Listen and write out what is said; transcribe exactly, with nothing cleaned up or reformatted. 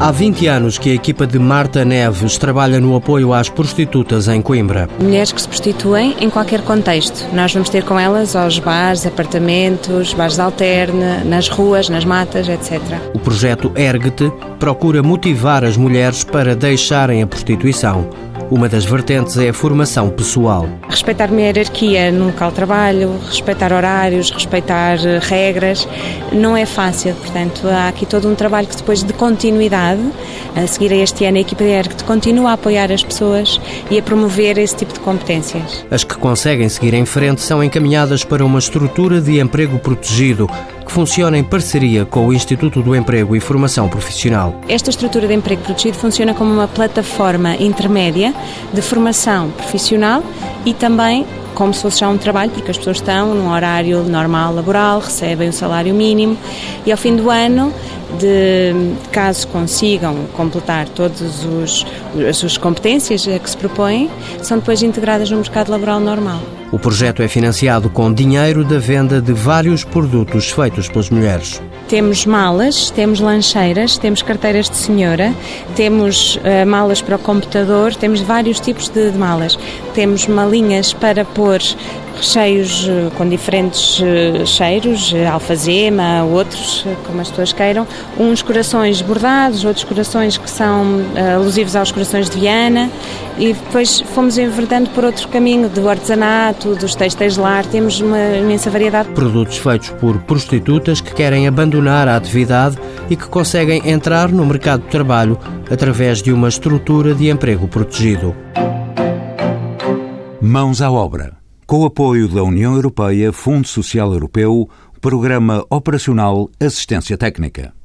Há vinte anos que a equipa de Marta Neves trabalha no apoio às prostitutas em Coimbra. Mulheres que se prostituem em qualquer contexto. Nós vamos ter com elas aos bares, apartamentos, bares de alterne, nas ruas, nas matas, etcétera. O projeto Ergue-te procura motivar as mulheres para deixarem a prostituição. Uma das vertentes é a formação pessoal. Respeitar uma hierarquia no local de trabalho, respeitar horários, respeitar regras, não é fácil. Portanto, há aqui todo um trabalho que depois de continuidade, a seguir a este ano a equipa de Ergue-te continua a apoiar as pessoas e a promover esse tipo de competências. As que conseguem seguir em frente são encaminhadas para uma estrutura de emprego protegido, que funciona em parceria com o Instituto do Emprego e Formação Profissional. Esta estrutura de emprego protegido funciona como uma plataforma intermédia de formação profissional e também como se fosse já um trabalho, porque as pessoas estão num horário normal laboral, recebem o salário mínimo e ao fim do ano, de, caso consigam completar todas os, as suas competências a que se propõem, são depois integradas no mercado laboral normal. O projeto é financiado com dinheiro da venda de vários produtos feitos pelas mulheres. Temos malas, temos lancheiras, temos carteiras de senhora, temos uh, malas para o computador, temos vários tipos de, de malas. Temos malinhas para pôr recheios uh, com diferentes uh, cheiros, uh, alfazema, outros, uh, como as pessoas queiram. Uns corações bordados, outros corações que são uh, alusivos aos corações de Viana. E depois fomos enverdando por outro caminho, do artesanato, dos têxteis de lar, temos uma imensa variedade. Produtos feitos por prostitutas que querem abandonar a atividade e que conseguem entrar no mercado de trabalho através de uma estrutura de emprego protegido. Mãos à obra. Com o apoio da União Europeia, Fundo Social Europeu, Programa Operacional Assistência Técnica.